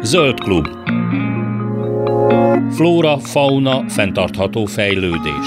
Zöld klub. Flóra, fauna, fenntartható fejlődés.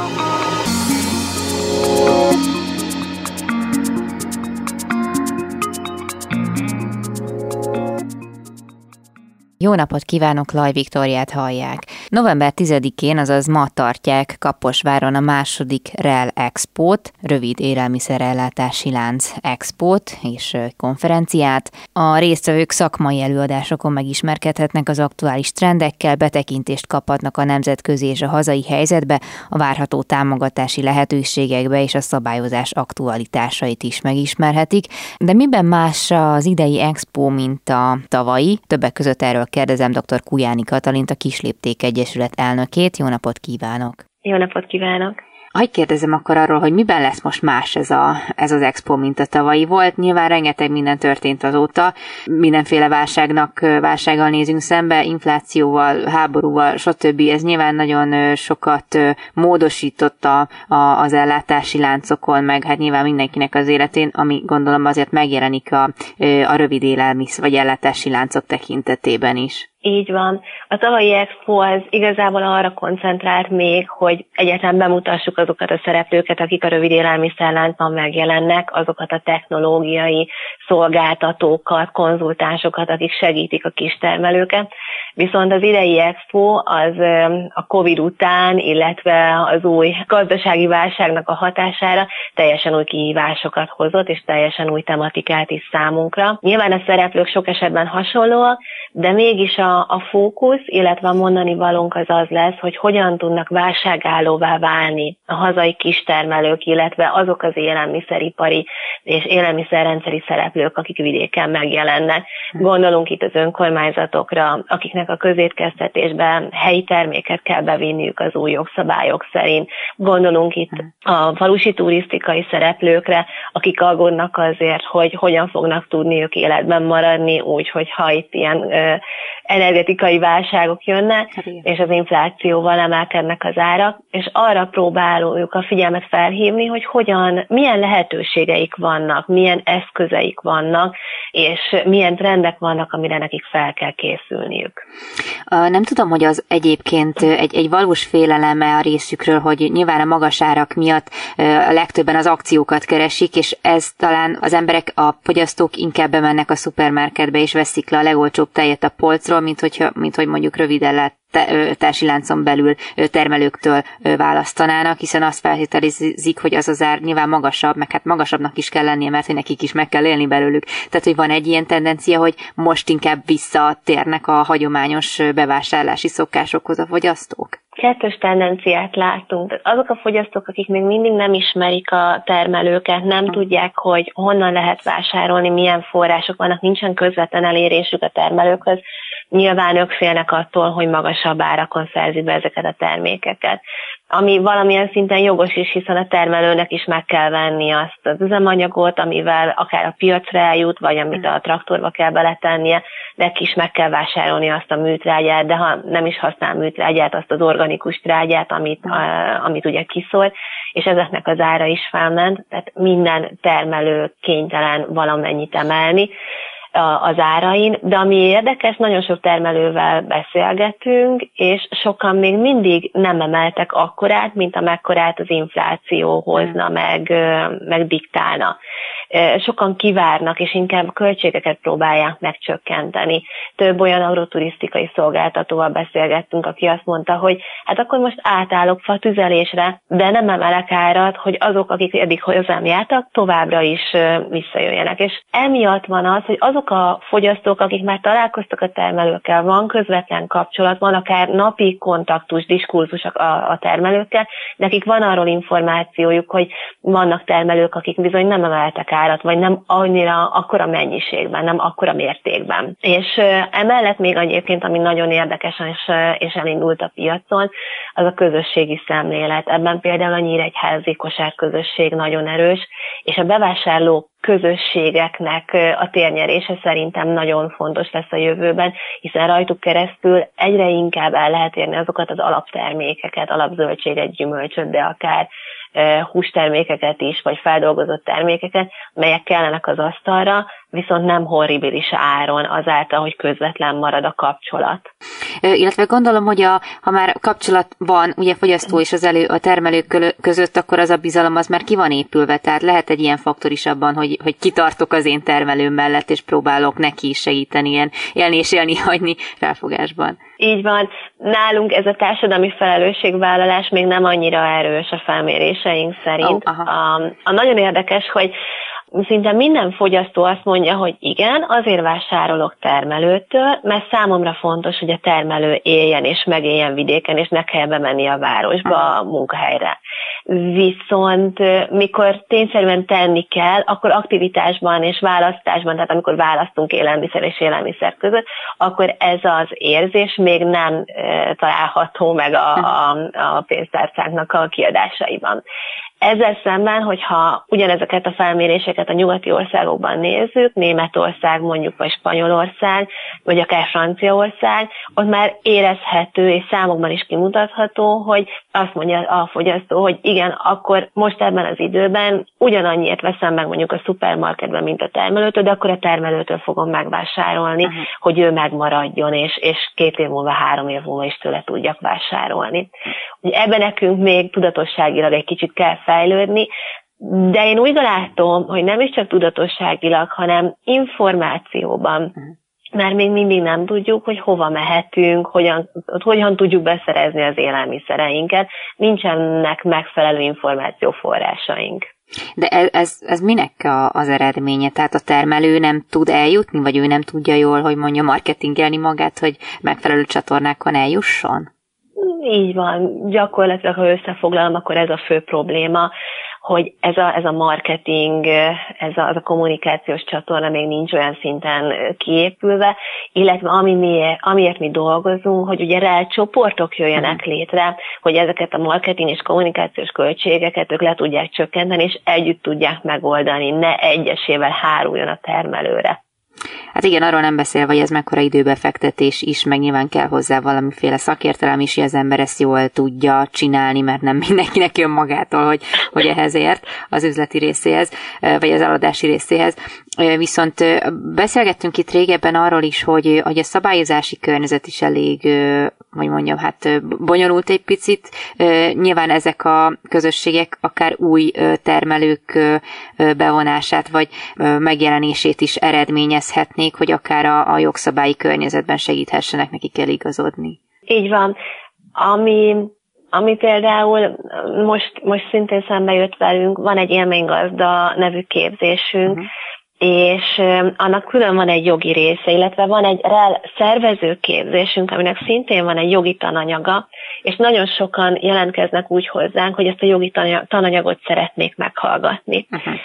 Jó napot kívánok, Laj Viktóriát hallják. November 10-én, azaz ma tartják Kaposváron a második REL Expót, rövid élelmiszerellátási lánc expót és konferenciát. A résztvevők szakmai előadásokon megismerkedhetnek az aktuális trendekkel, betekintést kaphatnak a nemzetközi és a hazai helyzetbe, a várható támogatási lehetőségekbe és a szabályozás aktualitásait is megismerhetik. De miben más az idei expó, mint a tavalyi? Többek között erről kérdezem dr. Kujáni Katalint, a Kislépték Egyesület elnökét. Jó napot kívánok! Jó napot kívánok! Hadd kérdezem akkor arról, hogy miben lesz most más ez az expo, mint a tavalyi volt. Nyilván rengeteg minden történt azóta, mindenféle válsággal nézünk szembe, inflációval, háborúval, stb. Ez nyilván nagyon sokat módosította az ellátási láncokon, meg hát nyilván mindenkinek az életén, ami gondolom azért megjelenik a rövid vagy ellátási láncok tekintetében is. Így van. A tavalyi expo az igazából arra koncentrált még, hogy egyáltalán bemutassuk azokat a szereplőket, akik a rövid élelmiszerláncban megjelennek, azokat a technológiai szolgáltatókat, konzultánsokat, akik segítik a kistermelőket. Viszont az idei expo az a Covid után, illetve az új gazdasági válságnak a hatására teljesen új kihívásokat hozott, és teljesen új tematikát is számunkra. Nyilván a szereplők sok esetben hasonlóak, de mégis a fókusz, illetve a mondani valónk az lesz, hogy hogyan tudnak válságállóvá válni a hazai kistermelők, illetve azok az élelmiszeripari és élelmiszerrendszeri szereplők, akik vidéken megjelennek. Gondolunk itt az önkormányzatokra, akiknek a közétkeztetésben helyi terméket kell bevinniük az új jogszabályok szerint. Gondolunk itt a falusi turisztikai szereplőkre, akik aggódnak azért, hogy hogyan fognak tudni ők életben maradni, úgyhogy ha itt ilyen energetikai válságok jönnek, és az inflációval emelkednek az árak, és arra próbáljuk a figyelmet felhívni, hogy milyen lehetőségeik vannak, milyen eszközeik vannak, és milyen trendek vannak, amire nekik fel kell készülniük. Nem tudom, hogy az egyébként egy valós féleleme a részükről, hogy nyilván a magas árak miatt a legtöbben az akciókat keresik, és ez talán az emberek, a fogyasztók inkább bemennek a szupermarketbe, és veszik le a legolcsóbb tejet a polcról, mint hogy mondjuk rövid ellátási láncon belül termelőktől választanának, hiszen azt feltételezik, hogy az ár nyilván magasabb, meg hát magasabbnak is kell lennie, mert nekik is meg kell élni belőlük. Tehát, hogy van egy ilyen tendencia, hogy most inkább visszatérnek a hagyományos bevásárlási szokásokhoz a fogyasztók? Kettős tendenciát látunk. Azok a fogyasztók, akik még mindig nem ismerik a termelőket, nem tudják, hogy honnan lehet vásárolni, milyen források vannak, nincsen közvetlen elérésük a termelőkhöz, nyilván ők félnek attól, hogy magasabb árakon szerzik be ezeket a termékeket. Ami valamilyen szinten jogos is, hiszen a termelőnek is meg kell venni azt az üzemanyagot, amivel akár a piacra eljut, vagy amit a traktorba kell beletennie, neki is meg kell vásárolni azt a műtrágyát, de ha nem is használ műtrágyát, azt az organikus trágyát, amit ugye kiszól, és ezeknek az ára is felment, tehát minden termelő kénytelen valamennyit emelni az árain, de ami érdekes, nagyon sok termelővel beszélgetünk, és sokan még mindig nem emeltek akkorát, mint amekkorát az infláció hozna, meg diktálna. Sokan kivárnak, és inkább a költségeket próbálják megcsökkenteni. Több olyan agroturisztikai szolgáltatóval beszélgettünk, aki azt mondta, hogy hát akkor most átállok fatüzelésre, de nem emelek árat, hogy azok, akik eddig hozzám jártak, továbbra is visszajöjjenek. És emiatt van az, hogy azok a fogyasztók, akik már találkoztak a termelőkkel, van közvetlen kapcsolat, van akár napi kontaktus, diskurzus a termelőkkel, nekik van arról információjuk, hogy vannak termelők, akik bizony nem emeltek árat, vagy nem annyira akkora mennyiségben, nem akkora mértékben. És emellett még egyébként, ami nagyon érdekes és elindult a piacon, az a közösségi szemlélet. Ebben például a nyíregyházi kosárközösség nagyon erős, és a bevásárló közösségeknek a térnyerése szerintem nagyon fontos lesz a jövőben, hiszen rajtuk keresztül egyre inkább el lehet érni azokat az alaptermékeket, alapzöldséget, gyümölcsöt, de akár hústermékeket is, vagy feldolgozott termékeket, melyek kellenek az asztalra, viszont nem horribilis áron azáltal, hogy közvetlen marad a kapcsolat. Illetve gondolom, hogy ha már kapcsolat van ugye fogyasztó és a termelők között, akkor az a bizalom az már ki van épülve, tehát lehet egy ilyen faktor is abban, hogy kitartok az én termelőm mellett, és próbálok neki is segíteni ilyen élni és élni hagyni felfogásban. Így van. Nálunk ez a társadalmi felelősségvállalás még nem annyira erős a felméréseink szerint. A nagyon érdekes, hogy szinte minden fogyasztó azt mondja, hogy igen, azért vásárolok termelőtől, mert számomra fontos, hogy a termelő éljen és megéljen vidéken, és ne kell bemenni a városba a munkahelyre. Viszont mikor tényszerűen tenni kell, akkor aktivitásban és választásban, tehát amikor választunk élelmiszer és élelmiszer között, akkor ez az érzés még nem található meg a pénztárcánknak a kiadásaiban. Ezzel szemben, hogyha ugyanezeket a felméréseket a nyugati országokban nézzük, Németország mondjuk, vagy Spanyolország, vagy akár Franciaország, ott már érezhető és számokban is kimutatható, hogy azt mondja a fogyasztó, hogy igen, akkor most ebben az időben ugyanannyiért veszem meg mondjuk a szupermarketben, mint a termelőtől, de akkor a termelőtől fogom megvásárolni, hogy ő megmaradjon, és 2 év múlva, 3 év múlva is tőle tudjak vásárolni. Ebben nekünk még tudatosságilag egy kicsit kell fejlődni, de én úgy látom, hogy nem is csak tudatosságilag, hanem információban, mert még mindig nem tudjuk, hogy hova mehetünk, hogyan tudjuk beszerezni az élelmiszereinket, nincsenek megfelelő információforrásaink. De ez minek az eredménye? Tehát a termelő nem tud eljutni, vagy ő nem tudja jól, hogy mondja marketingelni magát, hogy megfelelő csatornákon eljusson? Így van. Gyakorlatilag, ha összefoglalom, akkor ez a fő probléma, hogy ez a marketing, az a kommunikációs csatorna még nincs olyan szinten kiépülve, illetve amiért mi dolgozunk, hogy ugye rá csoportok jöjjenek létre, hogy ezeket a marketing és kommunikációs költségeket ők le tudják csökkenteni, és együtt tudják megoldani, ne egyesével háruljon a termelőre. Hát igen, arról nem beszélve, hogy ez mekkora időbefektetés is, meg nyilván kell hozzá valamiféle szakértelem is, hogy az ember ezt jól tudja csinálni, mert nem mindenkinek jön magától, hogy ehhez ért az üzleti részéhez, vagy az eladási részéhez. Viszont beszélgettünk itt régebben arról is, hogy a szabályozási környezet is elég, hogy mondjam, hát bonyolult egy picit. Nyilván ezek a közösségek akár új termelők bevonását, vagy megjelenését is eredményezhetnék, hogy akár a jogszabályi környezetben segíthessenek nekik eligazodni. Így van. Ami például most szintén szembe jött velünk, van egy élménygazda nevű képzésünk, és annak külön van egy jogi része, illetve van egy szervezőképzésünk, aminek szintén van egy jogi tananyaga, és nagyon sokan jelentkeznek úgy hozzánk, hogy ezt a jogi tananyagot szeretnék meghallgatni.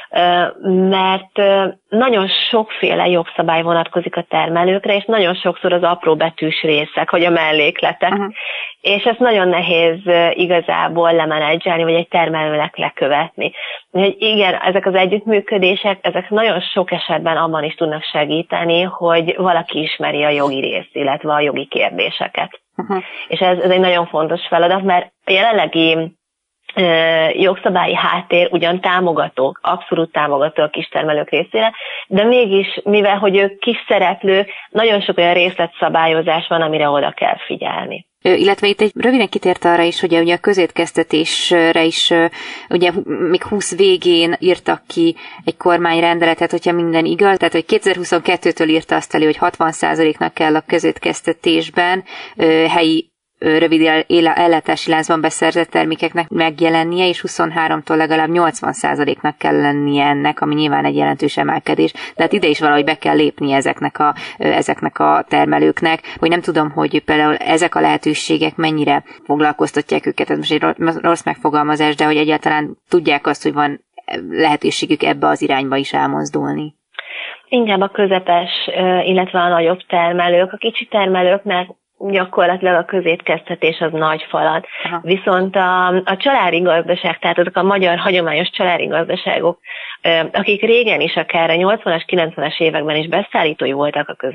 Mert nagyon sokféle jogszabály vonatkozik a termelőkre, és nagyon sokszor az apróbetűs részek, vagy a mellékletek. És ezt nagyon nehéz igazából lemenedzselni, vagy egy termelőnek lekövetni. Úgyhogy igen, ezek az együttműködések, ezek nagyon sok esetben abban is tudnak segíteni, hogy valaki ismeri a jogi részt, illetve a jogi kérdéseket. És ez egy nagyon fontos feladat, mert a jelenlegi jogszabályi háttér ugyan támogató, abszolút támogató a kistermelők részére, de mégis, mivel hogy ők kis szereplők, nagyon sok olyan részletszabályozás van, amire oda kell figyelni. Illetve itt egy röviden kitért arra is, hogy ugye a közétkeztetésre is ugye még 20 végén írtak ki egy kormányrendeletet, hogyha minden igaz, tehát hogy 2022-től írta azt elő, hogy 60%-nak kell a közétkeztetésben helyi rövid ellátási láncban beszerzett termékeknek megjelennie, és 23-tól legalább 80%-nak kell lennie ennek, ami nyilván egy jelentős emelkedés. De hát ide is valahogy be kell lépni ezeknek a termelőknek, hogy nem tudom, hogy például ezek a lehetőségek mennyire foglalkoztatják őket, ez most egy rossz megfogalmazás, de hogy egyáltalán tudják azt, hogy van lehetőségük ebbe az irányba is elmozdulni. Inkább a közepes, illetve a nagyobb termelők, a kicsi termelőknek gyakorlatilag a közétkeztetés az nagy falat. Viszont a családi gazdaság, tehát azok a magyar hagyományos családi gazdaságok, akik régen is, akár a 80-as, 90-es években is beszállítói voltak a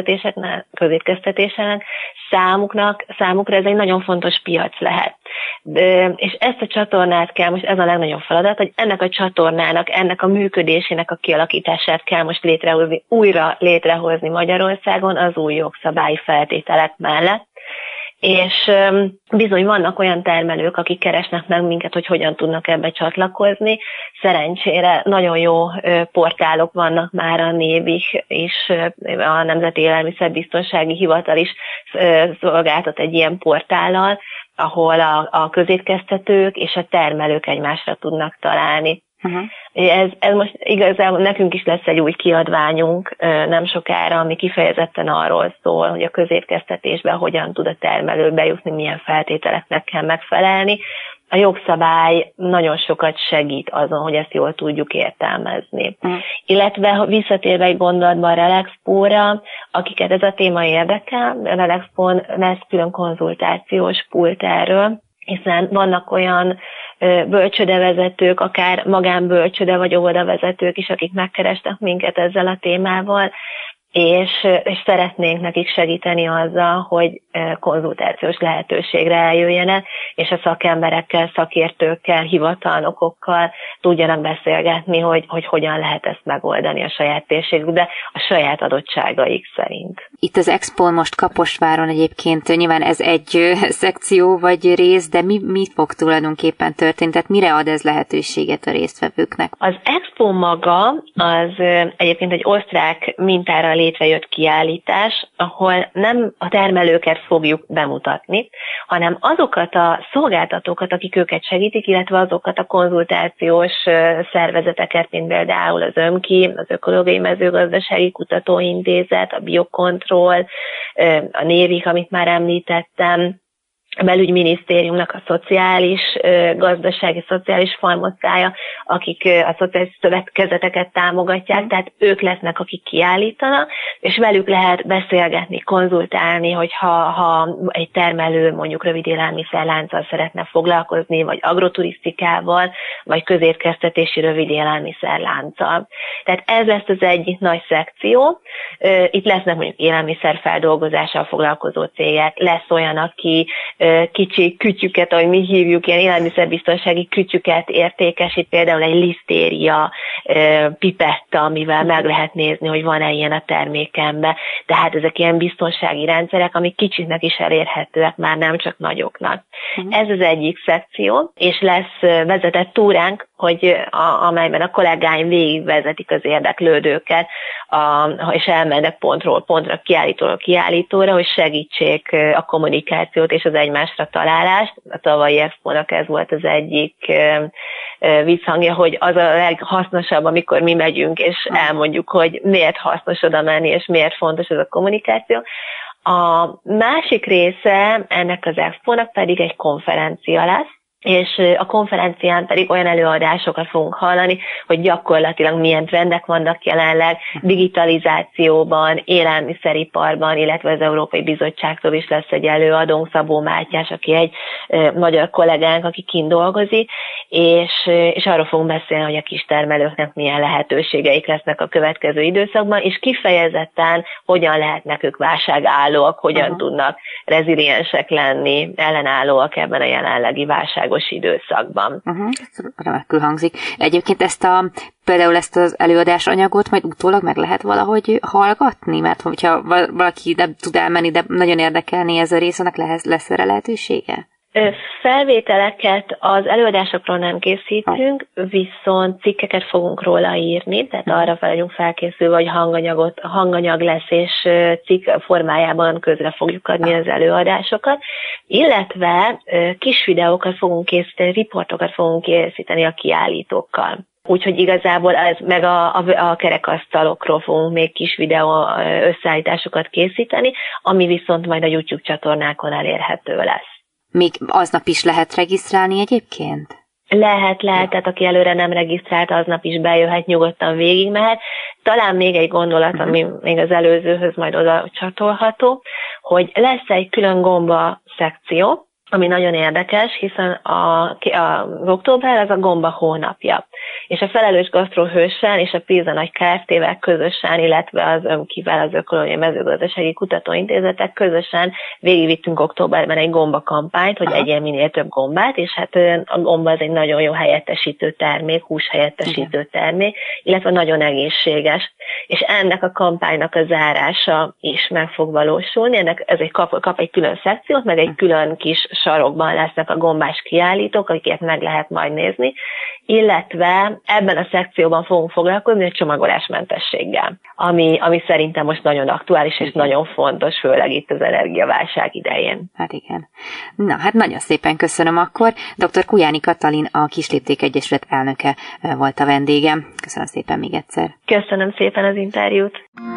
közétkeztetésenek, számukra ez egy nagyon fontos piac lehet. És ezt a csatornát kell, most ez a legnagyobb feladat, hogy ennek a csatornának, ennek a működésének a kialakítását kell most újra létrehozni Magyarországon az új jogszabályi feltételek mellett. És bizony vannak olyan termelők, akik keresnek meg minket, hogy hogyan tudnak ebbe csatlakozni. Szerencsére nagyon jó portálok vannak már, a NÉBIH és a Nemzeti Élelmiszerbiztonsági Hivatal is szolgáltat egy ilyen portállal, ahol a közétkeztetők és a termelők egymásra tudnak találni. Uh-huh. Ez most igazából nekünk is lesz egy új kiadványunk nem sokára, ami kifejezetten arról szól, hogy a közétkeztetésben hogyan tud a termelő bejutni, milyen feltételeknek kell megfelelni. A jogszabály nagyon sokat segít azon, hogy ezt jól tudjuk értelmezni. Illetve visszatérve egy gondolatban a Relexpo-ra, akiket ez a téma érdekel, a Relexpo-n lesz külön konzultációs pult erről, hiszen vannak olyan bölcsődevezetők, akár magánbölcsőde vagy óvodavezetők is, akik megkerestek minket ezzel a témával, és szeretnénk nekik segíteni azzal, hogy konzultációs lehetőségre eljöjjenek, és a szakemberekkel, szakértőkkel, hivatalnokokkal tudjanak beszélgetni, hogy hogyan lehet ezt megoldani a saját térségükbe, a saját adottságaik szerint. Itt az Expón most Kaposváron egyébként nyilván ez egy szekció vagy rész, de mi fog tulajdonképpen történni? Tehát mire ad ez lehetőséget a résztvevőknek? Az Expo maga az egyébként egy osztrák mintára létrejött kiállítás, ahol nem a termelőket fogjuk bemutatni, hanem azokat a szolgáltatókat, akik őket segítik, illetve azokat a konzultációs szervezeteket, mint például az ÖMKI, az Ökológiai Mezőgazdasági Kutatóintézet, a Biocontrol, a NÉBIH, amit már említettem, a belügyminisztériumnak a szociális, gazdasági, szociális falmocája, akik a szociális szövetkezeteket támogatják, tehát ők lesznek, akik kiállítanak, és velük lehet beszélgetni, konzultálni, hogyha egy termelő mondjuk rövid élelmiszerlánccal szeretne foglalkozni, vagy agroturisztikával, vagy közétkeztetési rövid élelmiszerlánccal. Tehát ez lesz az egyik nagy szekció. Itt lesznek mondjuk élelmiszerfeldolgozással foglalkozó cégek, lesz olyan, aki kicsi kütyüket, ahogy mi hívjuk, ilyen élelmiszerbiztonsági kütyüket értékesít, például egy lisztéria pipetta, amivel meg lehet nézni, hogy van-e ilyen a termékembe. Tehát ezek ilyen biztonsági rendszerek, amik kicsiknek is elérhetőek, már nem csak nagyoknak. Ez az egyik szekció, és lesz vezetett túránk, amelyben a kollégáim végigvezetik az érdeklődőket, és elmennek pontról pontra, kiállítóról kiállítóra, hogy segítsék a kommunikációt és az egymásra találást. A tavalyi Expónak ez volt az egyik visszhangja, hogy az a leghasznosabb, amikor mi megyünk, és elmondjuk, hogy miért hasznos oda menni, és miért fontos ez a kommunikáció. A másik része ennek az Expónak pedig egy konferencia lesz, és a konferencián pedig olyan előadásokat fogunk hallani, hogy gyakorlatilag milyen trendek vannak jelenleg digitalizációban, élelmiszeriparban, illetve az Európai Bizottságtól is lesz egy előadónk, Szabó Mátyás, aki egy magyar kollégánk, aki kint dolgozik, és arról fogunk beszélni, hogy a kistermelőknek milyen lehetőségeik lesznek a következő időszakban, és kifejezetten hogyan lehetnek ők válságállóak, hogyan tudnak reziliensek lenni, ellenállóak ebben a jelenlegi válságos időszakban. Remekül hangzik. Egyébként például ezt az előadás anyagot majd utólag meg lehet valahogy hallgatni? Mert hogyha valaki nem tud elmenni, de nagyon érdekelni ez a rész, annak lesz erre lehetősége? Felvételeket az előadásokról nem készítünk, viszont cikkeket fogunk róla írni, tehát arra fel vagyunk felkészülve, hogy hanganyag lesz, és cikk formájában közre fogjuk adni az előadásokat, illetve kis videókat fogunk készíteni, riportokat fogunk készíteni a kiállítókkal. Úgyhogy igazából ez meg a kerekasztalokról fogunk még kis videó összeállításokat készíteni, ami viszont majd a YouTube csatornákon elérhető lesz. Még aznap is lehet regisztrálni egyébként? Lehet, tehát aki előre nem regisztrált, aznap is bejöhet, nyugodtan végigmehet. Talán még egy gondolat, ami még az előzőhöz majd oda csatolható, hogy lesz egy külön gomba szekció, ami nagyon érdekes, hiszen az október az a gomba hónapja. És a felelős gasztrohőssel és a Pilza Nagy Kft-vel közösen, illetve az ÖMKI-vel, az Ökológiai Mezőgazdasági Kutatóintézetek közösen végigvittünk októberben egy gombakampányt, hogy egyen minél több gombát, és hát a gomba az egy nagyon jó helyettesítő termék, húshelyettesítő termék, illetve nagyon egészséges. És ennek a kampánynak a zárása is meg fog valósulni. Ez kap egy külön szekciót, meg egy külön kis sarokban lesznek a gombás kiállítók, akiket meg lehet majd nézni, illetve ebben a szekcióban fogunk foglalkozni a csomagolásmentességgel, ami szerintem most nagyon aktuális és nagyon fontos, főleg itt az energiaválság idején. Hát igen. Na, hát nagyon szépen köszönöm akkor. Dr. Kujányi Katalin, a Kislépték Egyesület elnöke volt a vendégem. Köszönöm szépen még egyszer. Köszönöm szépen az interjút.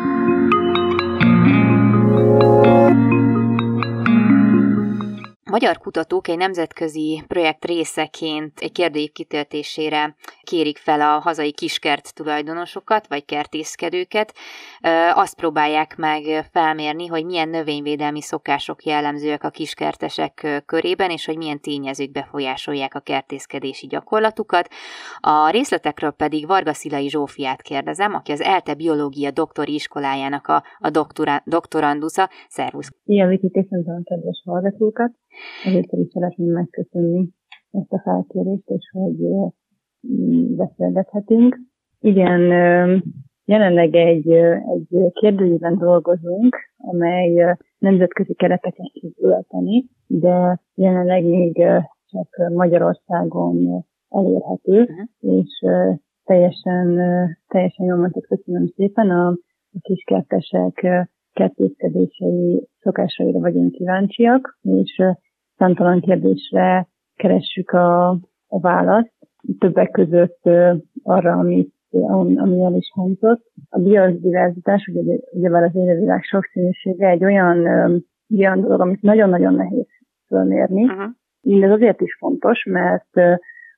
Magyar kutatók egy nemzetközi projekt részeként egy kérdőív kitöltésére kérik fel a hazai kiskert tulajdonosokat, vagy kertészkedőket. Azt próbálják meg felmérni, hogy milyen növényvédelmi szokások jellemzőek a kiskertesek körében, és hogy milyen tényezők befolyásolják a kertészkedési gyakorlatukat. A részletekről pedig Varga Szilai Zsófiát kérdezem, aki az ELTE biológia doktori iskolájának a doktorandusza. Szervusz! Szia, Viki, köszöntöm a kedves hallgatókat! Azért is szeretném megköszönni ezt a felkérést, és hogy beszélgethetünk. Igen, jelenleg egy kérdőjében dolgozunk, amely nemzetközi kereteken fog ölteni, de jelenleg még csak Magyarországon elérhető, és teljesen jól mondtad, köszönöm szépen. A kiskertesek kertészkedései szokásaira vagyunk kíváncsiak, és számtalan kérdésre keressük a választ. Többek között arra, ami el is hangzott. A biodiverzitás, ugyebár az élővilág sokszínűsége egy olyan dolog, amit nagyon-nagyon nehéz fölmérni. Ez azért is fontos, mert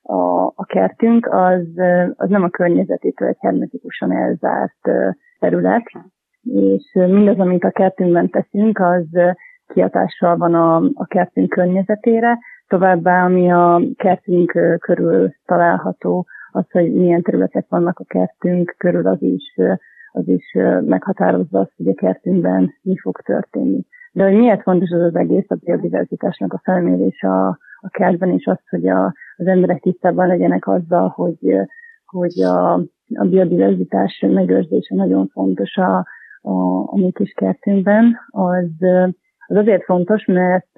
a kertünk az nem a környezetétől egy hermetikusan elzárt terület, és mindaz, amit a kertünkben teszünk, az kihatással van a kertünk környezetére. Továbbá, ami a kertünk körül található, az, hogy milyen területek vannak a kertünk körül, az is meghatározza azt, hogy a kertünkben mi fog történni. De hogy miért fontos az egész, a biodiverzitásnak a felmérése a kertben, és az, hogy az emberek tisztában legyenek azzal, hogy a biodiverzitás megőrzése nagyon fontos a mi kis kertünkben, az azért fontos, mert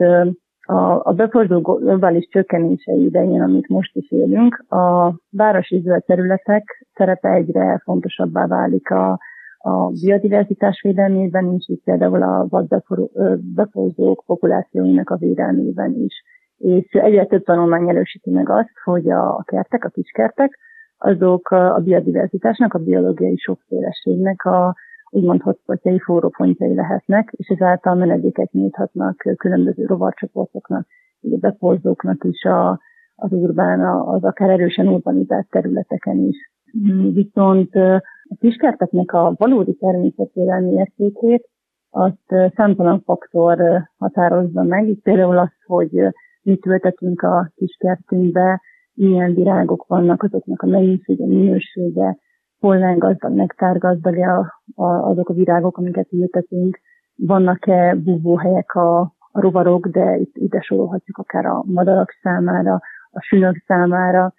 a beporzó globális csökkenése idején, amit most is élünk, a városi zöld területek szerepe egyre fontosabbá válik a biodiverzitás védelmében is, így például a vadbeporzók populációinak a védelmében is. És egyre több tanulmány erősíti meg azt, hogy a kertek, a kiskertek, azok a biodiverzitásnak, a biológiai sokféleségnek úgymond hotspotjai, forrópontjai lehetnek, és ezáltal menedéket nyújthatnak különböző rovarcsoportoknak, a beporzóknak is, az akár erősen urbanizált területeken is. Viszont a kiskerteknek a valódi természetvédelmi értékét azt számtalan faktor határozza meg. Itt például az, hogy mit ültetünk a kiskertünkbe, milyen virágok vannak, azoknak a mennyisége, minősége, pollengazdag, nektárgazdag azok a virágok, amiket ültetünk, vannak-e búvóhelyek a rovarok, de ide sorolhatjuk akár a madarak számára, a sünök számára,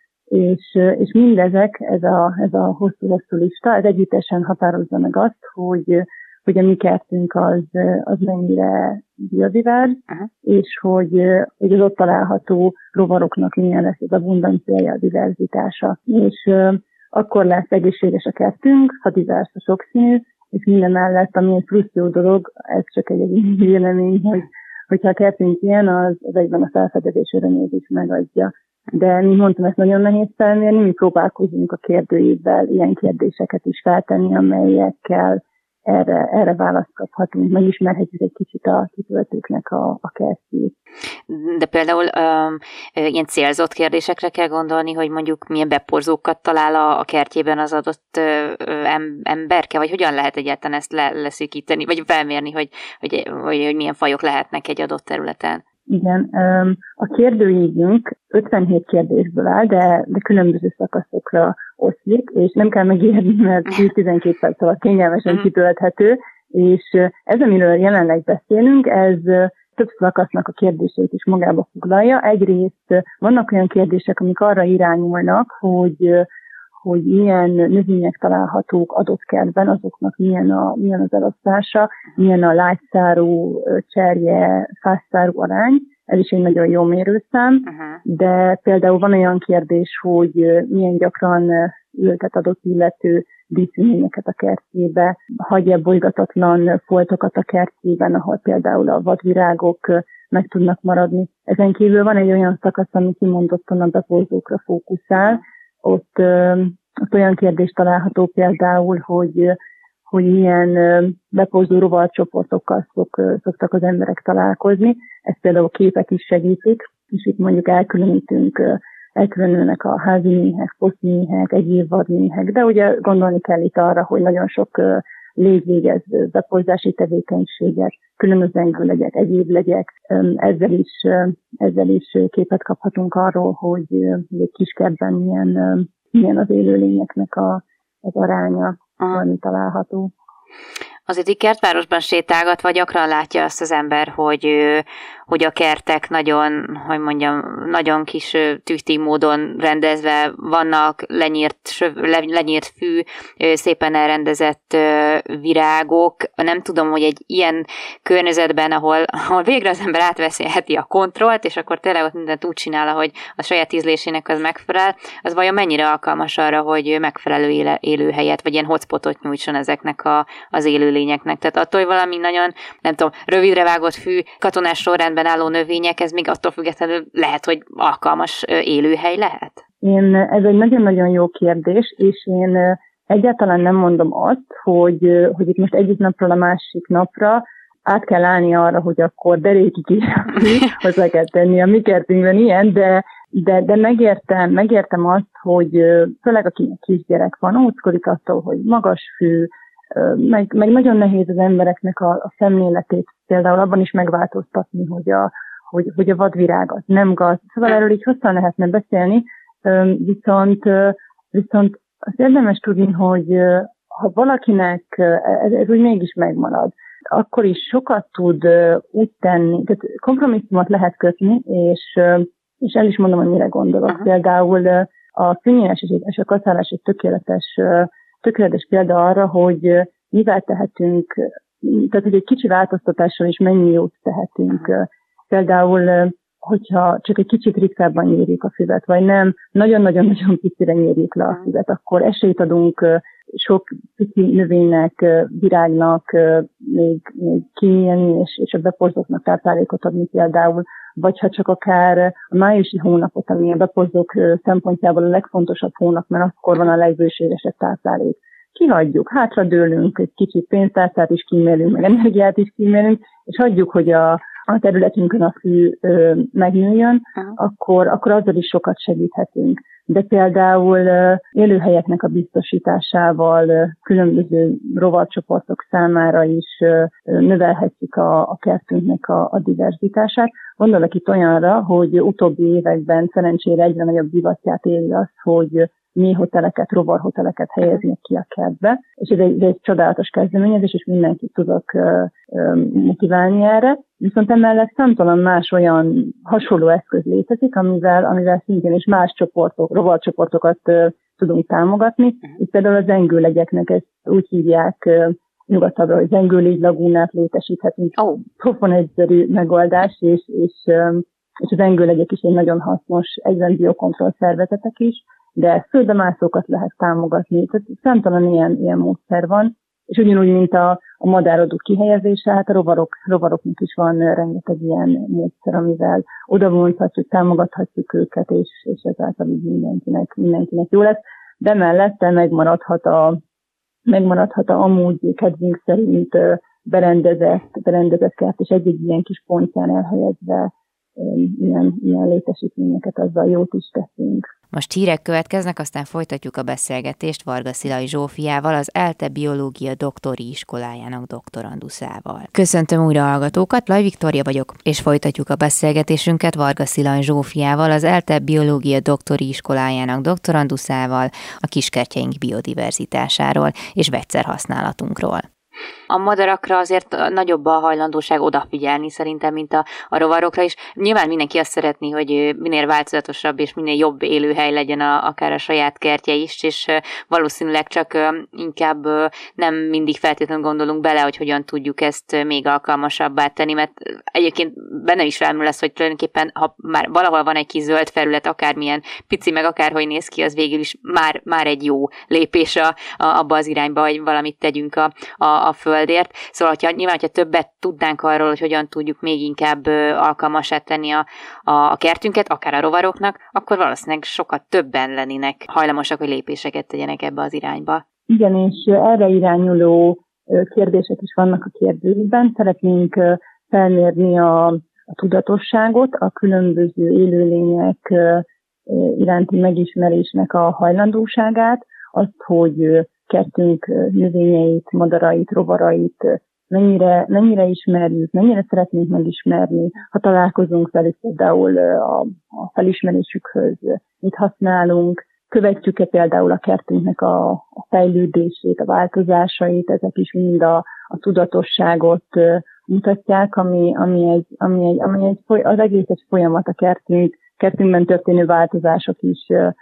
és mindezek, ez a hosszú-hosszú lista, ez együttesen határozza meg azt, hogy a mi kertünk az mennyire biodiverz, és hogy az ott található rovaroknak milyen lesz az abundanciája, a diverzitása. És akkor lesz egészséges a kertünk, ha divers, a sokszínű, és minden mellett, ami egy plusz jó dolog, ez csak egy vélemény, hogyha a kertünk ilyen, az egyben a felfedezés örömét is megadja. De, mint mondtam, ezt nagyon nehéz felmérni, mi próbálkozunk a kérdőívvel ilyen kérdéseket is feltenni, amelyekkel erre választ kaphatunk, megismerhetjük egy kicsit a kitöltőknek a kertjét. De például ilyen célzott kérdésekre kell gondolni, hogy mondjuk milyen beporzókat talál a kertjében az adott emberke, vagy hogyan lehet egyáltalán ezt leszűkíteni, vagy felmérni, hogy milyen fajok lehetnek egy adott területen? Igen, a kérdőívünk 57 kérdésből áll, de különböző szakaszokra oszlik, és nem kell megírni, mert 10-12 perc alatt kényelmesen kitölthető, és ez, amiről jelenleg beszélünk, ez több szakasznak a kérdéseit is magába foglalja. Egyrészt vannak olyan kérdések, amik arra irányulnak, hogy milyen növények találhatók adott kertben, azoknak milyen az elosztása, milyen a lágyszárú, cserje, fászszárú arány. Ez is egy nagyon jó mérőszám, de például van olyan kérdés, hogy milyen gyakran ültet adott illető díszülményeket a kertjébe, hagyja bolygatatlan foltokat a kertjében, ahol például a vadvirágok meg tudnak maradni. Ezen kívül van egy olyan szakasz, ami kimondottan a beporzókra fókuszál. Ott olyan kérdés található például, hogy milyen beporzó rovarcsoportokkal szoktak az emberek találkozni. Ezt például képek is segítik, és itt mondjuk elkülönülnek a házi méhek, posztméhek, egyéb vadméhek, de ugye gondolni kell itt arra, hogy nagyon sok légy végez beporzási tevékenységet, különböző engőlegyek, egyéb legyek, ezzel is képet kaphatunk arról, hogy egy kiskertben milyen az élőlényeknek az aránya, ami található. Azért így kertvárosban sétálgatva gyakran látja azt az ember, hogy a kertek nagyon kis tűti módon rendezve vannak, lenyírt fű, szépen elrendezett virágok. Nem tudom, hogy egy ilyen környezetben, ahol végre az ember átveszheti a kontrollt, és akkor tényleg ott mindent úgy csinál, ahogy a saját ízlésének az megfelel, az vajon mennyire alkalmas arra, hogy megfelelő élőhelyet, vagy ilyen hotspotot nyújtson ezeknek az élőlényeknek. Tehát attól, hogy valami nagyon, nem tudom, rövidre vágott fű, katonás sorrendben álló növények, ez még attól függetlenül lehet, hogy alkalmas élőhely lehet? Ez egy nagyon-nagyon jó kérdés, és én egyáltalán nem mondom azt, hogy itt most egyik napról a másik napra át kell állni arra, hogy akkor derékig is hozzá kell tenni a mi kertünkben ilyen, de megértem azt, hogy főleg akinek kisgyerek van, óckodik attól, hogy magas fű, meg nagyon nehéz az embereknek a szemléletét például abban is megváltoztatni, hogy a vadvirág az nem gaz. Szóval erről így hosszan lehetne beszélni, viszont azt érdemes tudni, hogy ha valakinek ez úgy mégis megmarad, akkor is sokat tud úgy tenni, tehát kompromisszumot lehet kötni, és el is mondom, hogy mire gondolok. Például a fűnyírás és a kaszálás egy tökéletes példa arra, hogy mivel tehetünk, tehát hogy egy kicsi változtatással is mennyi jót tehetünk. Például, hogyha csak egy kicsit ritkábban nyírjuk a füvet, vagy nem, nagyon-nagyon-nagyon picire nyírjuk le a füvet, akkor esélyt adunk sok pici növénynek, virágnak még kinyílni, és a beporzóknak táplálékot adni például, vagy ha csak akár a májusi hónapot, ami a beporzók szempontjából a legfontosabb hónap, mert akkor van a legbőségesebb táplálék. Kihagyjuk, hátradőlünk, egy kicsit pénztárcát is kímélünk, meg energiát is kímélünk, és hagyjuk, hogy a területünkön a fű megnőjön, akkor azzal is sokat segíthetünk. De például élőhelyeknek a biztosításával, különböző rovarcsoportok számára is növelhetjük a kertünknek a diverzitását. Gondolok itt olyanra, hogy utóbbi években szerencsére egyre nagyobb divatját éli az, hogy méhhoteleket, rovarhoteleket helyeznek ki a kertbe, és ez egy csodálatos kezdeményezés, és mindenkit tudok motiválni erre. Viszont emellett számtalan más olyan hasonló eszköz létezik, amivel szintén is más rovarcsoportokat tudunk támogatni. Itt például a zengőlegyeknek ezt úgy hívják nyugatabbra, hogy zengőlégy lagúnát létesíthetünk. Pofon egyszerű megoldás, és a zengőlegyek is egy nagyon hasznos, egyben biokontroll szervezetek is, de földbemászókat lehet támogatni. Tehát számtalan ilyen módszer van, és ugyanúgy, mint a madárodók kihelyezése, hát a rovaroknak is van rengeteg ilyen módszer, amivel odavonzhatjuk, támogathatjuk őket, és ezáltal így mindenkinek jó lesz. De mellette megmaradhat a amúgy kedvünk szerint berendezett kert, és egy ilyen kis pontján elhelyezve ilyen létesítményeket, azzal jót is teszünk. Most hírek következnek, aztán folytatjuk a beszélgetést Varga Szilai Zsófiával, az ELTE Biológia Doktori Iskolájának doktoranduszával. Köszöntöm újra a hallgatókat, Laj Viktória vagyok, és folytatjuk a beszélgetésünket Varga Szilai Zsófiával, az ELTE Biológia Doktori Iskolájának doktoranduszával, a kiskertjeink biodiverzitásáról és vegyszerhasználatunkról. A madarakra azért nagyobb a hajlandóság odafigyelni szerintem, mint a rovarokra is. Nyilván mindenki azt szeretné, hogy minél változatosabb és minél jobb élőhely legyen akár a saját kertje is, és valószínűleg csak inkább nem mindig feltétlenül gondolunk bele, hogy hogyan tudjuk ezt még alkalmasabbá tenni, mert egyébként benne is felmerül lesz, hogy tulajdonképpen, ha már valahol van egy kis zöld felület, akármilyen pici, meg akárhogy néz ki, az végül is már egy jó lépés abba az irányba, hogy valamit tegyünk a földért. Szóval, hogyha többet tudnánk arról, hogy hogyan tudjuk még inkább alkalmassá tenni a kertünket, akár a rovaroknak, akkor valószínűleg sokkal többen lennének hajlamosak, hogy lépéseket tegyenek ebbe az irányba. Igen, és erre irányuló kérdések is vannak a kérdőjükben. Szeretnénk felmérni a tudatosságot, a különböző élőlények iránti megismerésnek a hajlandóságát, azt, hogy kertünk növényeit, madarait, rovarait mennyire ismerjük, mennyire szeretnénk megismerni, ha találkozunk velük például a felismerésükhöz, mit használunk, követjük-e például a kertünknek a fejlődését, a változásait, ezek is mind a tudatosságot mutatják, ami az egész egy folyamat, a kertünkben történő változások is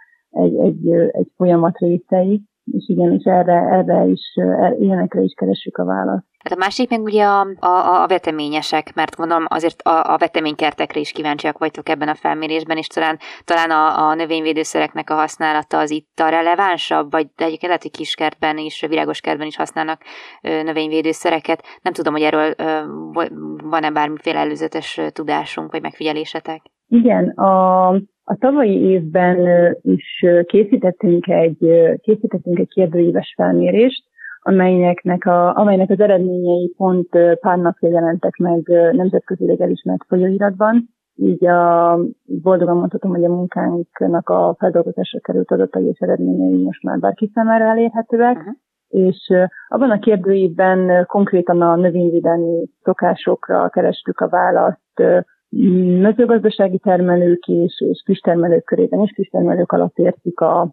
egy folyamat részei. És igen, és ilyenekre is keressük a választ. Hát a másik meg ugye a veteményesek, mert gondolom azért a veteménykertekre is kíváncsiak vagytok ebben a felmérésben, és talán a növényvédőszereknek a használata az itt a relevánsabb, vagy egyébként lehet, hogy kiskertben és virágoskertben is használnak növényvédőszereket. Nem tudom, hogy erről van-e bármiféle előzetes tudásunk, vagy megfigyelésetek? Igen, a tavalyi évben is készítettünk egy kérdőíves felmérést, amelynek az eredményei pont pár napja jelentek meg nemzetközileg elismert folyóiratban. Így boldogan mondhatom, hogy a munkánknak a feldolgozásra került adatai és eredményei most már bárki számára elérhetőek. Uh-huh. És abban a kérdőívben konkrétan a növényvédelmi szokásokra kerestük a választ, mezőgazdasági termelők és kistermelők körében is, kistermelők alatt értik az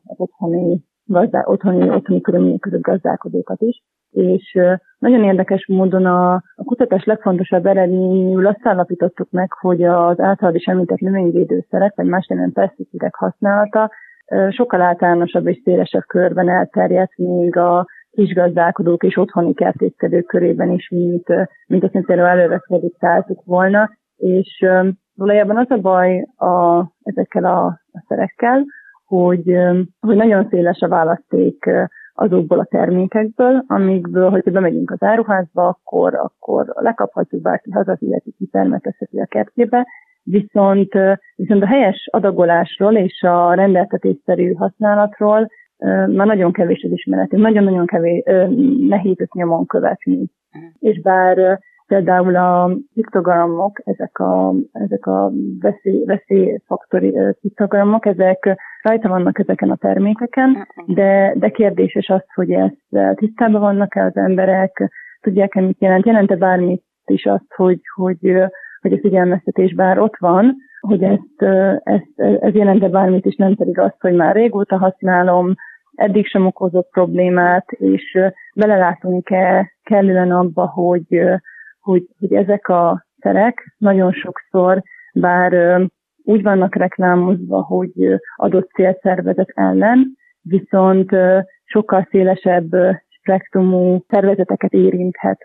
otthoni körülmények között gazdálkodókat is. És nagyon érdekes módon a kutatás legfontosabb eredményül azt állapítottuk meg, hogy az általad is említett növényvédőszerek, vagy más néven peszticidek használata sokkal általánosabb és szélesebb körben elterjedt, még a kisgazdálkodók és otthoni kertészkedők körében is, mint azt például előre prediktáltuk volna. És valójában az a baj ezekkel a szerekkel, hogy nagyon széles a választék azokból a termékekből, amikből, hogyha bemegyünk az áruházba, akkor lekaphatjuk, bárki hazafiheti, kitermetezheti a kertjébe, viszont a helyes adagolásról és a rendeltetésszerű használatról már nagyon kevés az ismeretünk, nagyon-nagyon nehéz ezt nyomon követni. És bár például a piktogramok, ezek a veszélyfaktori piktogramok, ezek rajta vannak ezeken a termékeken, de kérdéses az, hogy ezt tisztában vannak-e az emberek, tudják-e, mit jelent, jelent-e bármit is azt, hogy a figyelmeztetés bár ott van, hogy ez jelent-e bármit is, nem pedig azt, hogy már régóta használom, eddig sem okozott problémát, és belelátunk-e kellően abba, hogy ezek a szerek nagyon sokszor, bár úgy vannak reklámozva, hogy adott célszervezet ellen, viszont sokkal szélesebb spektrumú szervezeteket érinthet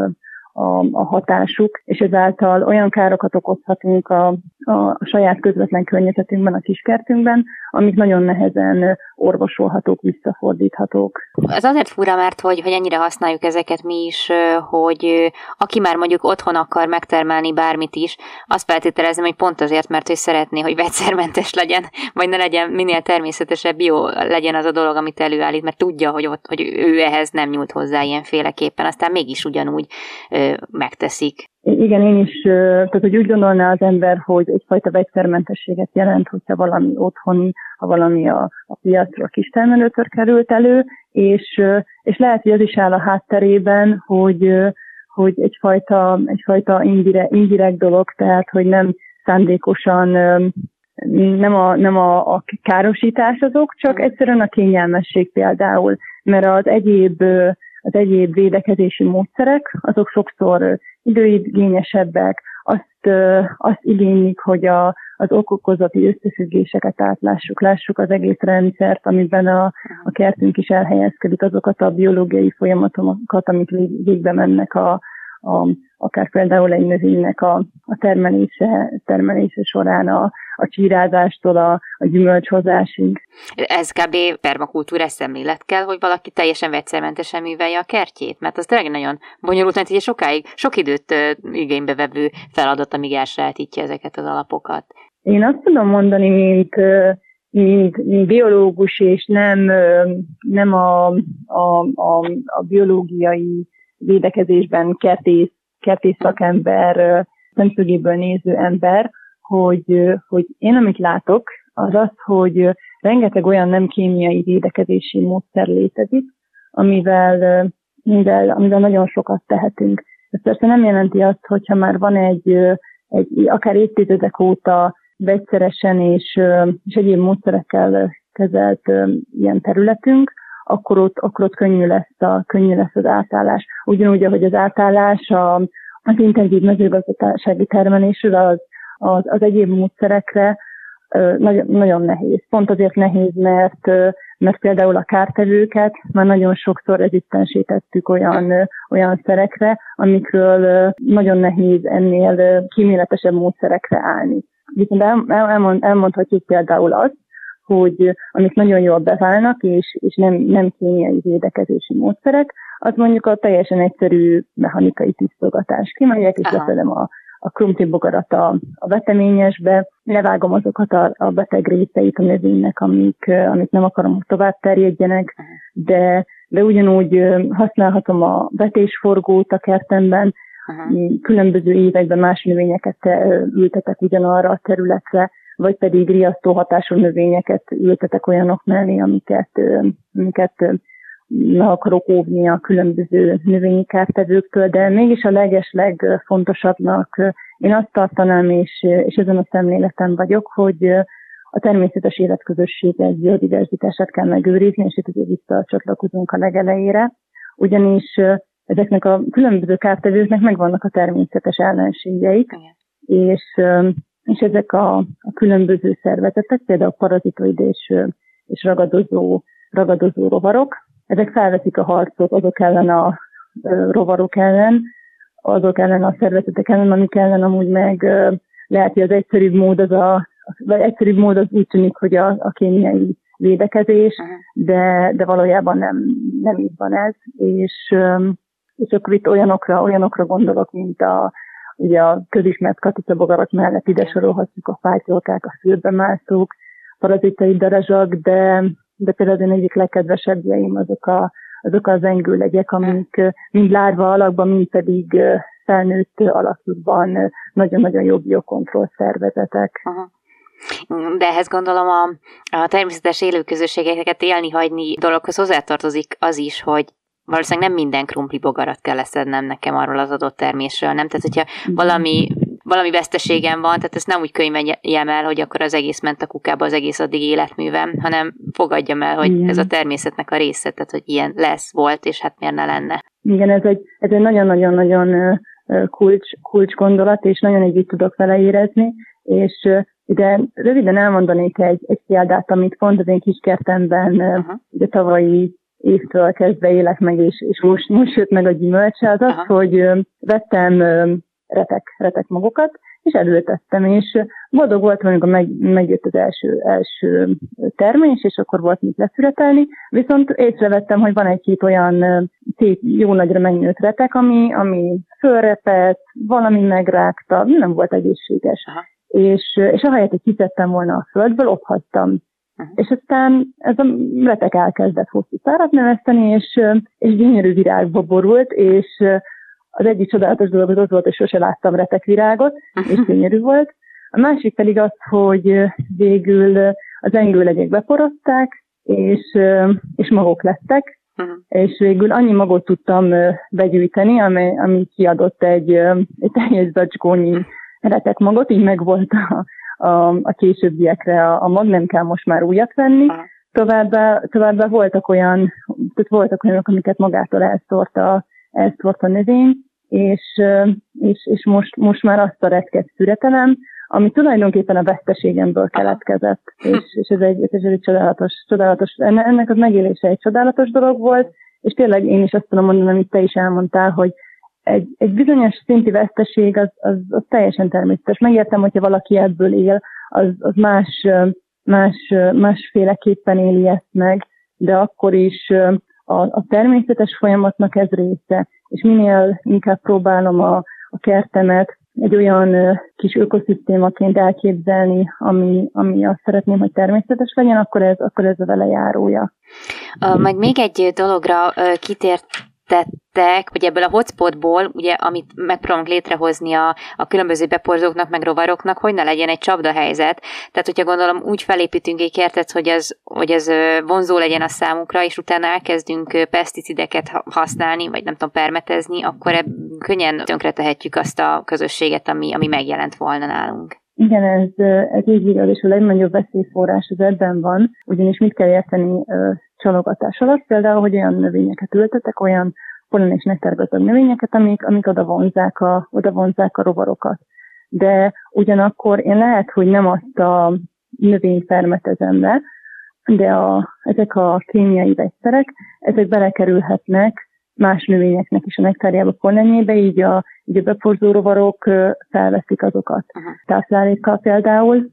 a hatásuk, és ezáltal olyan károkat okozhatunk a saját közvetlen környezetünkben, a kiskertünkben, amik nagyon nehezen orvosolhatók, visszafordíthatók. Ez azért fura, mert hogy ennyire használjuk ezeket mi is, hogy aki már mondjuk otthon akar megtermelni bármit is, azt feltételezem, hogy pont azért, mert ő szeretné, hogy vegyszermentes legyen, vagy ne legyen, minél természetesebb, jó legyen az a dolog, amit előállít, mert tudja, hogy ő ehhez nem nyújt hozzá ilyenféleképpen, aztán mégis ugyanúgy megteszik. Igen, én is, tehát hogy úgy gondolná az ember, hogy egyfajta vegyszermentességet jelent, hogyha valami otthoni, ha valami a piacról kistermelőtől került elő, és lehet, hogy az is áll a hátterében, hogy egyfajta indirekt dolog, tehát hogy nem szándékosan, nem a károsítás azok, csak egyszerűen a kényelmesség például, mert az egyéb védekezési módszerek, azok sokszor időigényesebbek, azt igénylik, hogy az okokozati összefüggéseket lássuk az egész rendszert, amiben a kertünk is elhelyezkedik, azokat a biológiai folyamatokat, amik végbe mennek akár például egy növénynek a termelése során a csírázástól a gyümölcshozásig. Ez kb. Permakultúrás szemlélet kell, hogy valaki teljesen vegyszermentesen művelje a kertjét? Mert az tényleg nagyon bonyolult, mert ugye sok időt igénybe vevő feladat, amíg elsajátítja ezeket az alapokat. Én azt tudom mondani, mint biológus, és nem a biológiai védekezésben kertész szakember szemszögéből néző ember, hogy én amit látok, az, hogy rengeteg olyan nem kémiai védekezési módszer létezik, amivel nagyon sokat tehetünk. Ez persze nem jelenti azt, hogyha már van egy akár évtizedek óta vegyszeresen és egyéb módszerekkel kezelt ilyen területünk, akkor ott könnyű lesz az átállás. Ugyanúgy, ahogy az átállás az intenzív mezőgazdasági termelésről az egyéb módszerekre nagyon, nagyon nehéz. Pont azért nehéz, mert például a kártevőket már nagyon sokszor rezisztensé tettük olyan szerekre, amikről nagyon nehéz ennél kíméletesebb módszerekre állni. Viszont elmondhatjuk például azt, hogy amik nagyon jól beválnak, és nem kémiai védekezési módszerek, az mondjuk a teljesen egyszerű mechanikai tisztogatás. Kimegyek és leszedem a krumplibogarat a veteményesbe, levágom azokat a beteg részeit a növénynek, amik nem akarom, hogy tovább terjedjenek, de ugyanúgy használhatom a vetésforgót a kertemben, különböző években más növényeket ültetek ugyanarra a területre, vagy pedig riasztó hatású növényeket ültetek olyanok mellé, amiket meg akarok óvni a különböző növényi kártevőktől, de mégis a legfontosabbnak én azt tartanám, és ezen a szemléleten vagyok, hogy a természetes életközösségek biodiverzitását kell megőrizni, és itt ugye visszacsatlakozunk a legelejére, ugyanis ezeknek a különböző kártevőknek megvannak a természetes ellenségeik, és ezek a különböző szervezetek, például parazitoid és ragadozó rovarok, ezek felveszik a harcot azok ellen a rovarok ellen, azok ellen a szervezetek ellen, amik ellen amúgy meg lehet, hogy az egyszerűbb mód az úgy tűnik, hogy a kémiai védekezés, de valójában nem így van ez, és akkor itt olyanokra gondolok, mint ugye a közismert katicabogarak mellett ide sorolhatjuk a fájtolkák, a fülbemászók, parazitai darazsak, de például az egyik legkedvesebbjeim azok az zengőlegyek, amik mind lárva alakban, mind pedig felnőtt alakjukban nagyon-nagyon jó biokontroll szervezetek. Aha. De ehhez gondolom a természetes élőközösségeket élni hagyni dologhoz hozzátartozik az is, hogy valószínűleg nem minden krumplibogarat kell leszednem nekem arról az adott termésről, nem? Tehát, hogyha valami veszteségem van, tehát ezt nem úgy könyveljem el, hogy akkor az egész ment a kukába, az egész addig életművem, hanem fogadjam el, hogy ez a természetnek a része, tehát, hogy ilyen volt, és hát miért ne lenne. Igen, ez egy nagyon-nagyon-nagyon kulcs gondolat, és nagyon együtt tudok vele érezni, és ide röviden elmondanék egy példát, amit pont az én kiskertemben ugye tavalyi évtől kezdve élek meg, és most jött meg a gyümölcse, az, hogy vettem retek magokat, és elültettem, és boldog voltam, amikor megjött az első termés, és akkor volt mit leszületelni, viszont észrevettem, hogy van egy-két olyan szép, jó nagyra megnőtt retek, ami fölrepett, valami megrágta, nem volt egészséges. És ahelyett, hogy kiszedtem volna a földből, otthagytam. És aztán ez a retek elkezdett hosszú szárat növeszteni, és gyönyörű virágba borult, és az egyik csodálatos dolog az volt, hogy sose láttam retekvirágot, és gyönyörű volt. A másik pedig az, hogy végül az engőlegyek beporozták, és magok lettek, és végül annyi magot tudtam begyűjteni, ami kiadott egy teljes zacskónyi retek magot, így megvolt a későbbiekre a mag, nem kell most már újat venni. Továbbá voltak olyanok, amiket magától elszórt a növény, és most már azt a retket szüretelem, ami tulajdonképpen a veszteségemből keletkezett, és ez egy csodálatos, ennek az megélése egy csodálatos dolog volt, és tényleg én is azt tudom mondani, amit te is elmondtál, hogy egy bizonyos szinti veszteség az teljesen természetes. Megértem, hogyha valaki ebből él, az másféleképpen éli ezt meg, de akkor is a természetes folyamatnak ez része, és minél inkább próbálom a kertemet egy olyan kis ökoszisztémaként elképzelni, ami azt szeretném, hogy természetes legyen, akkor ez a vele járója. Majd még egy dologra kitértettek, hogy ebből a hotspotból, ugye, amit megpróbálunk létrehozni a különböző beporzóknak, meg rovaroknak, hogy ne legyen egy csapdahelyzet. Tehát, hogyha gondolom úgy felépítünk egy kertet, hogy ez vonzó legyen a számukra, és utána elkezdünk peszticideket használni, vagy nem tudom, permetezni, akkor könnyen tönkretehetjük azt a közösséget, ami megjelent volna nálunk. Igen, ez így igaz, és a legnagyobb veszélyforrás az ebben van, ugyanis mit kell érteni csalogatás alatt, például, hogy olyan növényeket ültetek, olyan pollen és nektárgazdag növényeket, amik oda vonzzák a rovarokat. De ugyanakkor én lehet, hogy nem azt a növényt permetezem le, de ezek a kémiai vegyszerek, ezek belekerülhetnek más növényeknek is a nektárjába, pollenjébe, így a beporzó rovarok felveszik azokat táplálékkal például,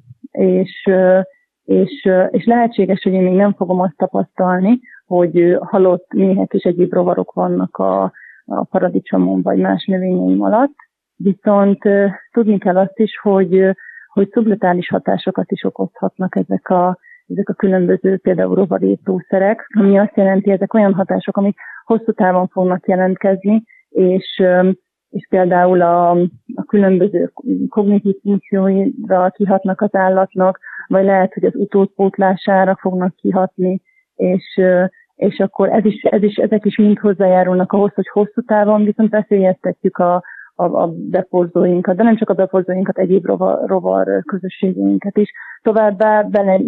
és lehetséges, hogy én még nem fogom azt tapasztalni, hogy halott méhek és egyéb rovarok vannak a paradicsomon vagy más növényeim alatt, viszont tudni kell azt is, hogy szubletális hatásokat is okozhatnak ezek a különböző például rovarészószerek, ami azt jelenti, ezek olyan hatások, amik hosszú távon fognak jelentkezni, és például a különböző kognitív funkcióira kihatnak az állatnak, vagy lehet, hogy az utódpótlására fognak kihatni, és akkor ezek is mind hozzájárulnak ahhoz, hogy hosszú távon viszont veszélyeztetjük a beporzóinkat, de nem csak a beporzóinkat, egyéb rovar közösségeinket is. Továbbá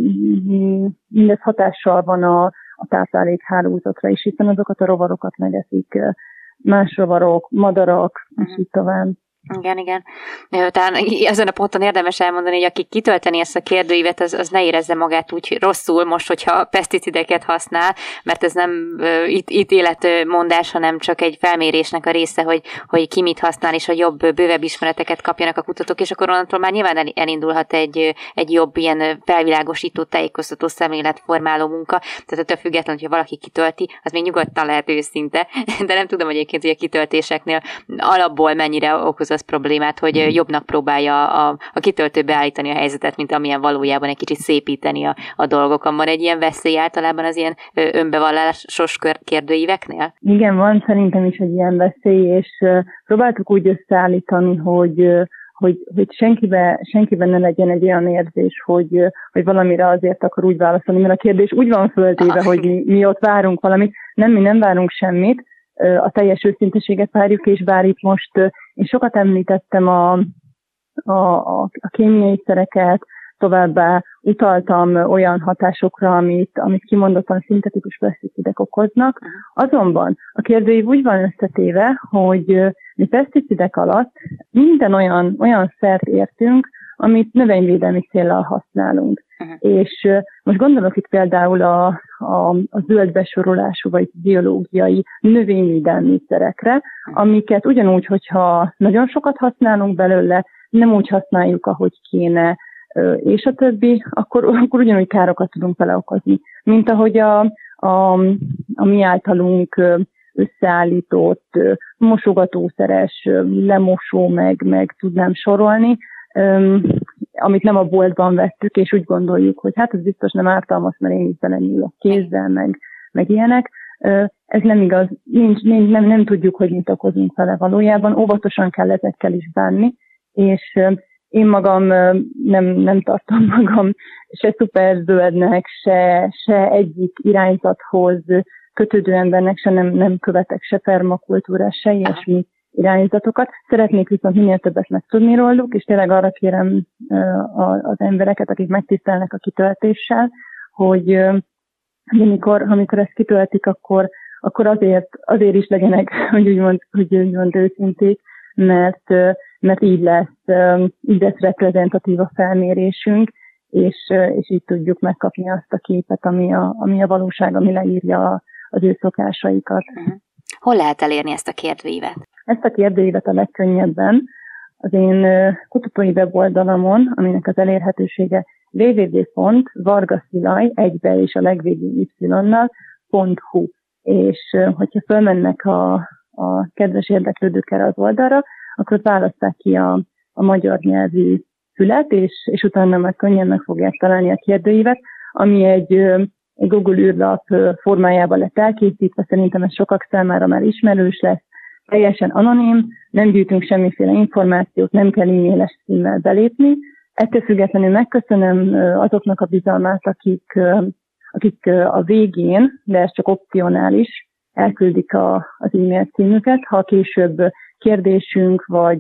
mindez hatással van a táplálékhálózatra is, hiszen azokat a rovarokat megeszik más rovarok, madarak, és így tovább. Igen. Talán ezen a ponton érdemes elmondani, hogy aki kitölteni ezt a kérdőívet, az ne érezze magát úgy rosszul most, hogyha peszticideket használ, mert ez nem ítéletmondás, hanem csak egy felmérésnek a része, hogy ki mit használ, és hogy jobb, bővebb ismereteket kapjanak a kutatók, és akkor onnantól már nyilván elindulhat egy jobb ilyen felvilágosító, tájékoztató, szemléletformáló munka. Tehát ettől függetlenül, hogyha valaki kitölti, az még nyugodtan lehet őszinte, de nem tudom egyébként, hogy a kitöltéseknél alapból mennyire okoz az problémát, hogy jobbnak próbálja a kitöltő beállítani a helyzetet, mint amilyen valójában egy kicsit szépíteni a dolgokon. Van egy ilyen veszély általában az ilyen önbevallásos kérdőíveknél? Igen, van szerintem is egy ilyen veszély, és próbáltuk úgy összeállítani, hogy senkiben ne legyen egy olyan érzés, hogy valamire azért akar úgy válaszolni, mert a kérdés úgy van föltéve, hogy mi ott várunk valamit. Nem, mi nem várunk semmit, a teljes őszinteséget várjuk, és bár itt most én sokat említettem a kémiai szereket, továbbá utaltam olyan hatásokra, amit kimondottan szintetikus peszticidek okoznak. Azonban a kérdőív úgy van összetéve, hogy mi peszticidek alatt minden olyan szert értünk, amit növényvédelmi céllal használunk. És most gondolok itt például a zöld besorolású vagy biológiai növényvédelmi szerekre, amiket ugyanúgy, hogyha nagyon sokat használunk belőle, nem úgy használjuk, ahogy kéne, és a többi, akkor ugyanúgy károkat tudunk vele okozni. Mint ahogy a mi általunk összeállított mosogatószeres, lemosó, meg tudnám sorolni, amit nem a boltban vettük, és úgy gondoljuk, hogy hát ez biztos nem ártalmas, mert én is belenyúlok kézzel, meg ilyenek. Ez nem igaz, nem tudjuk, hogy mit okozunk vele valójában, óvatosan kell ezekkel is bánni, és én magam nem tartom magam se szuperzöldnek, se egyik irányzathoz kötődő embernek, se nem követek se permakultúrás, se ilyesmi irányzatokat. Szeretnék viszont minél többet megtudni róluk, és tényleg arra kérem az embereket, akik megtisztelnek a kitöltéssel, hogy amikor ezt kitöltik, akkor azért is legyenek, hogy úgymond őszinték, mert így lesz reprezentatív a felmérésünk, és így tudjuk megkapni azt a képet, ami a valóság, ami leírja az ő szokásaikat. Hol lehet elérni ezt a kérdőívet? Ezt a kérdőívet a legkönnyebben az én kutatói weboldalamon, aminek az elérhetősége www.vargaszilaj egybe és a legvégén y.hu, és hogyha fölmennek a kedves érdeklődők erre az oldalra, akkor válasszák ki a magyar nyelvű fület, és utána már könnyen meg fogják találni a kérdőívet, ami egy Google űrlap formájában lett elkészítve, szerintem ez sokak számára már ismerős lesz, teljesen anonim, nem gyűjtünk semmiféle információt, nem kell e-mailes címmel belépni. Ettől függetlenül megköszönöm azoknak a bizalmát, akik a végén, de ez csak opcionális, elküldik az e-mail címüket, ha később kérdésünk van,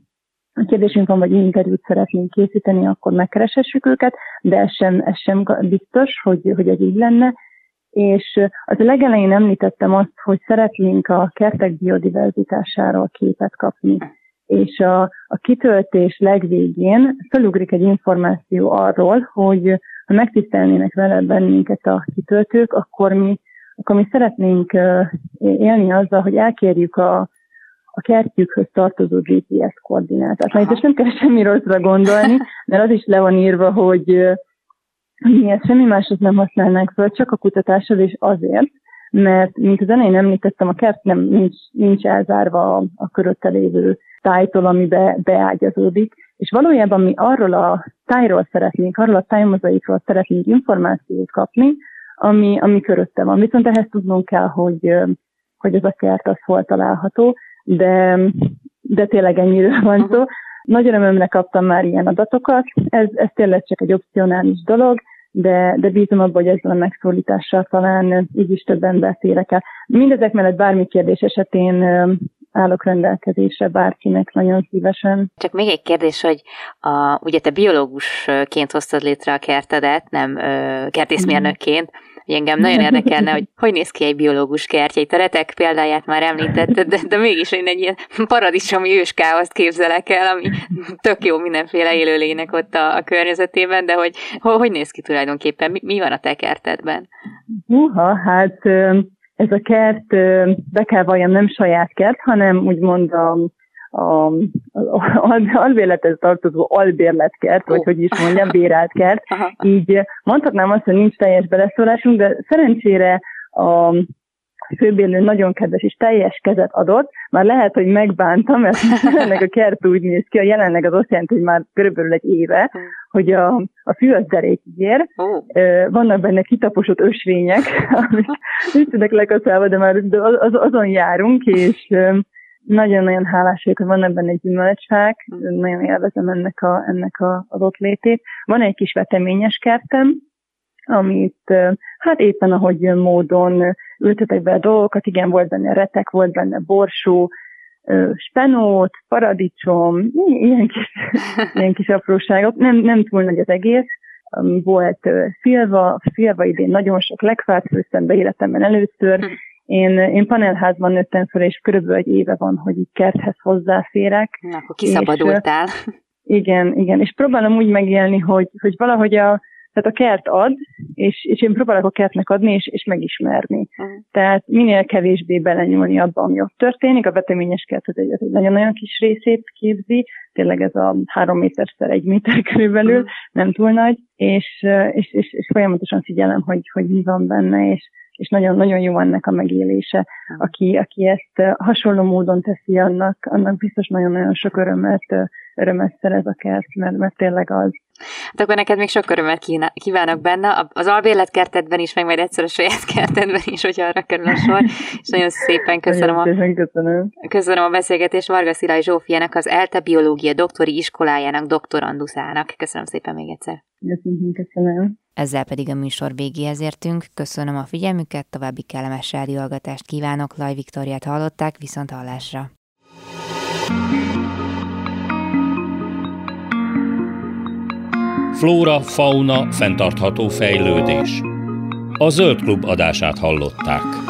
vagy interjút szeretnénk készíteni, akkor megkereshessük őket, de ez sem biztos, hogy ez így lenne. És az legelején említettem azt, hogy szeretnénk a kertek biodiverzitásáról képet kapni. És a kitöltés legvégén felugrik egy információ arról, hogy ha megtisztelnének vele bennünket a kitöltők, akkor mi szeretnénk élni azzal, hogy elkérjük a kertjükhöz tartozó GPS koordinátát. Na, itt nem kell semmi rosszra gondolni, mert az is le van írva, hogy mi ezt semmi másot nem használnánk föl, csak a kutatáshoz, és azért, mert, mint az elején említettem, a kert nincs elzárva a körötte lévő tájtól, ami beágyazódik, és valójában mi arról a tájról arról a tájmozaikról szeretnénk információt kapni, ami körötte van. Viszont ehhez tudnunk kell, hogy ez a kert az hol található, de tényleg ennyiről van szó. Nagy örömömre kaptam már ilyen adatokat, ez tényleg csak egy opcionális dolog, de bízom abban, hogy ezzel a megszólítással talán így is több embert érek el. Mindezek mellett bármi kérdés esetén állok rendelkezésre bárkinek nagyon szívesen. Csak még egy kérdés, hogy ugye te biológusként hoztad létre a kertedet, nem kertészmérnökként, hogy engem nagyon érdekelne, hogy néz ki egy biológus kertje. Itt a retek példáját már említetted, de mégis én egy ilyen paradicsomi őskáoszt képzelek el, ami tök jó mindenféle élőlénynek ott a környezetében, de hogy néz ki tulajdonképpen? Mi van a te kertedben? Hát ez a kert, be kell valljam, nem saját kert, hanem úgymond albérlethez tartozó albérletkert, vagy hogy is mondjam, bérelt kert. Így mondhatnám azt, hogy nincs teljes beleszólásunk, de szerencsére a főbérlő nagyon kedves és teljes kezet adott. Már lehet, hogy megbántam, mert jelenleg a kert úgy néz ki, a jelenleg az azt jelenti, hogy már körülbelül egy éve, hogy a fű az derékig ér. Vannak benne kitaposott ösvények, amit nincsenek lekaszálva, de már azon járunk, és nagyon-nagyon hálás vagyok, hogy vannak benne gyümölcsfák, nagyon élvezem ennek az ott létét. Van egy kis veteményes kertem, amit hát éppen ahogy jön módon ültetek be a dolgokat, igen, volt benne retek, volt benne borsó, spenót, paradicsom, ilyen kis apróságok, nem túl nagy az egész. Volt filva idén nagyon sok legfát főztem be életemben először. Én panelházban nőttem fel, és körülbelül egy éve van, hogy így kerthez hozzáférek. Na, akkor kiszabadultál. Igen, és próbálom úgy megélni, hogy valahogy tehát a kert ad, és én próbálok a kertnek adni, és megismerni. Tehát minél kevésbé belenyúlni abba, ami ott történik. A veteményes kert az egy nagyon-nagyon kis részét képzi, tényleg ez a 3 méter-szer 1 méter körülbelül, nem túl nagy, és folyamatosan figyelem, hogy mi van benne, és nagyon-nagyon jó ennek a megélése. Aki ezt hasonló módon teszi, annak biztos nagyon-nagyon sok örömet örömet szerez a kert, mert tényleg az. Hát akkor neked még sok örömet kívánok benne, az albérletkertedben is, meg majd egyszer a saját kertedben is, hogyha arra kerül a sor, és nagyon szépen köszönöm a beszélgetést Varga Szilágy Zsófiának, az ELTE biológia doktori iskolájának doktoranduszának. Köszönöm szépen még egyszer. Köszönöm. Ezzel pedig a műsor végéhez értünk. Köszönöm a figyelmüket, további kellemes rádióhallgatást kívánok. Laj Viktóriát hallották, viszont hallásra. Flóra, fauna, fenntartható fejlődés. A Zöld Klub adását hallották.